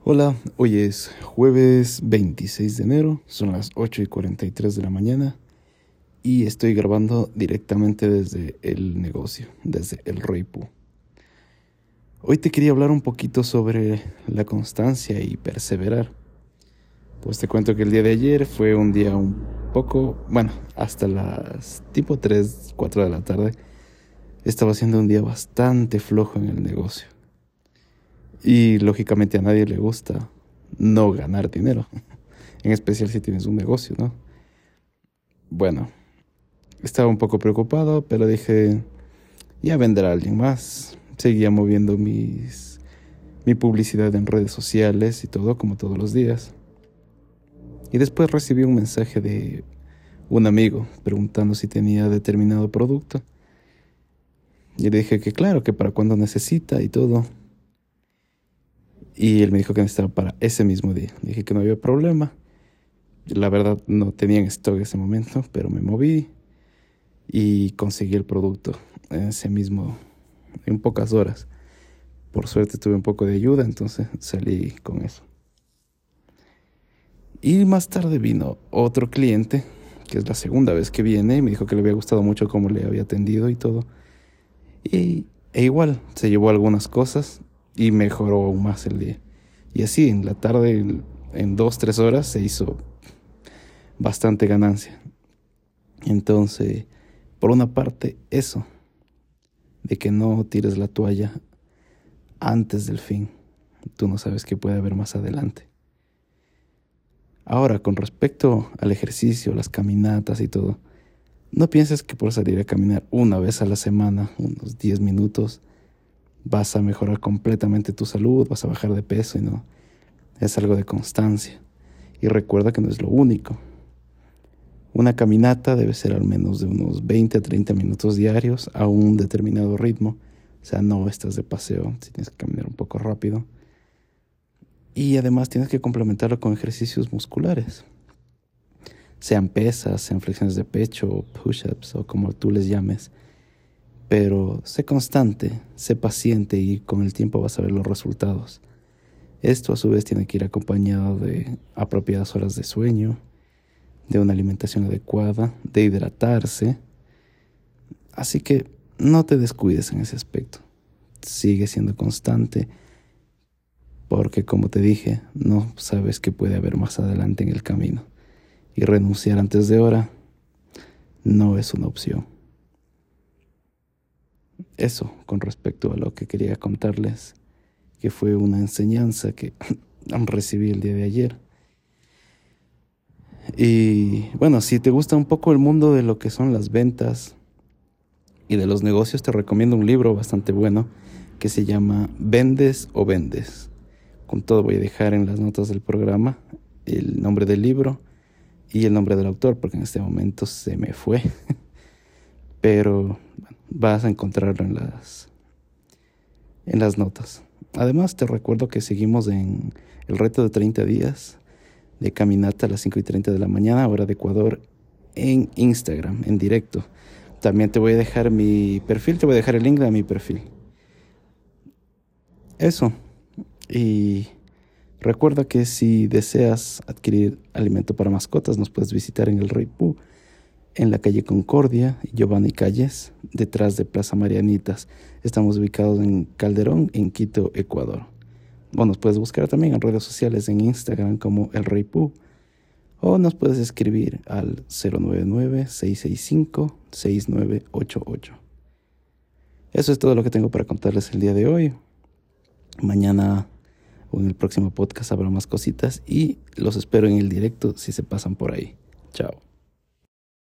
Hola, hoy es jueves 26 de enero, son las 8:43 de la mañana y estoy grabando directamente desde el negocio, desde el Reipu. Hoy te quería hablar un poquito sobre la constancia y perseverar. Pues te cuento que el día de ayer fue un día un poco, hasta las tipo 3, 4 de la tarde, estaba siendo un día bastante flojo en el negocio. Y lógicamente a nadie le gusta no ganar dinero, en especial si tienes un negocio, ¿no? Bueno, estaba un poco preocupado, pero dije, ya vendrá alguien más. Seguía moviendo mi publicidad en redes sociales y todo, como todos los días. Y después recibí un mensaje de un amigo preguntando si tenía determinado producto. Y le dije que claro, que para cuando necesita y todo. Y él me dijo que necesitaba para ese mismo día. Dije que no había problema. La verdad no tenía en stock ese momento, pero me moví y conseguí el producto en pocas horas. Por suerte tuve un poco de ayuda, entonces salí con eso. Y más tarde vino otro cliente, que es la segunda vez que viene, y me dijo que le había gustado mucho cómo le había atendido y todo. E igual, se llevó algunas cosas y mejoró aún más el día. Y así, en la tarde, en 2, 3 horas, se hizo bastante ganancia. Entonces, por una parte, eso, de que no tires la toalla antes del fin. Tú no sabes qué puede haber más adelante. Ahora, con respecto al ejercicio, las caminatas y todo, no pienses que por salir a caminar una vez a la semana, unos 10 minutos, vas a mejorar completamente tu salud, vas a bajar de peso y no. Es algo de constancia. Y recuerda que no es lo único. Una caminata debe ser al menos de unos 20 a 30 minutos diarios a un determinado ritmo. O sea, no estás de paseo, si tienes que caminar un poco rápido. Y además tienes que complementarlo con ejercicios musculares. Sean pesas, sean flexiones de pecho, push-ups o como tú les llames. Pero sé constante, sé paciente y con el tiempo vas a ver los resultados. Esto a su vez tiene que ir acompañado de apropiadas horas de sueño, de una alimentación adecuada, de hidratarse. Así que no te descuides en ese aspecto. Sigue siendo constante porque, como te dije, no sabes qué puede haber más adelante en el camino. Y renunciar antes de hora no es una opción. Eso con respecto a lo que quería contarles, que fue una enseñanza que recibí el día de ayer. Y bueno, si te gusta un poco el mundo de lo que son las ventas y de los negocios, te recomiendo un libro bastante bueno que se llama ¿Vendes o vendes? Con todo voy a dejar en las notas del programa el nombre del libro y el nombre del autor, porque en este momento se me fue. Pero vas a encontrarlo en las notas. Además, te recuerdo que seguimos en el reto de 30 días de caminata a las 5:30 de la mañana, hora de Ecuador, en Instagram, en directo. También te voy a dejar mi perfil, te voy a dejar el link de mi perfil. Eso. Y recuerda que si deseas adquirir alimento para mascotas, nos puedes visitar en el Reipu, en la calle Concordia, Giovanni Calles, detrás de Plaza Marianitas. Estamos ubicados en Calderón, en Quito, Ecuador. Bueno, nos puedes buscar también en redes sociales, en Instagram como El Reipu, o nos puedes escribir al 099-665-6988. Eso es todo lo que tengo para contarles el día de hoy. Mañana o en el próximo podcast habrá más cositas y los espero en el directo si se pasan por ahí. Chao.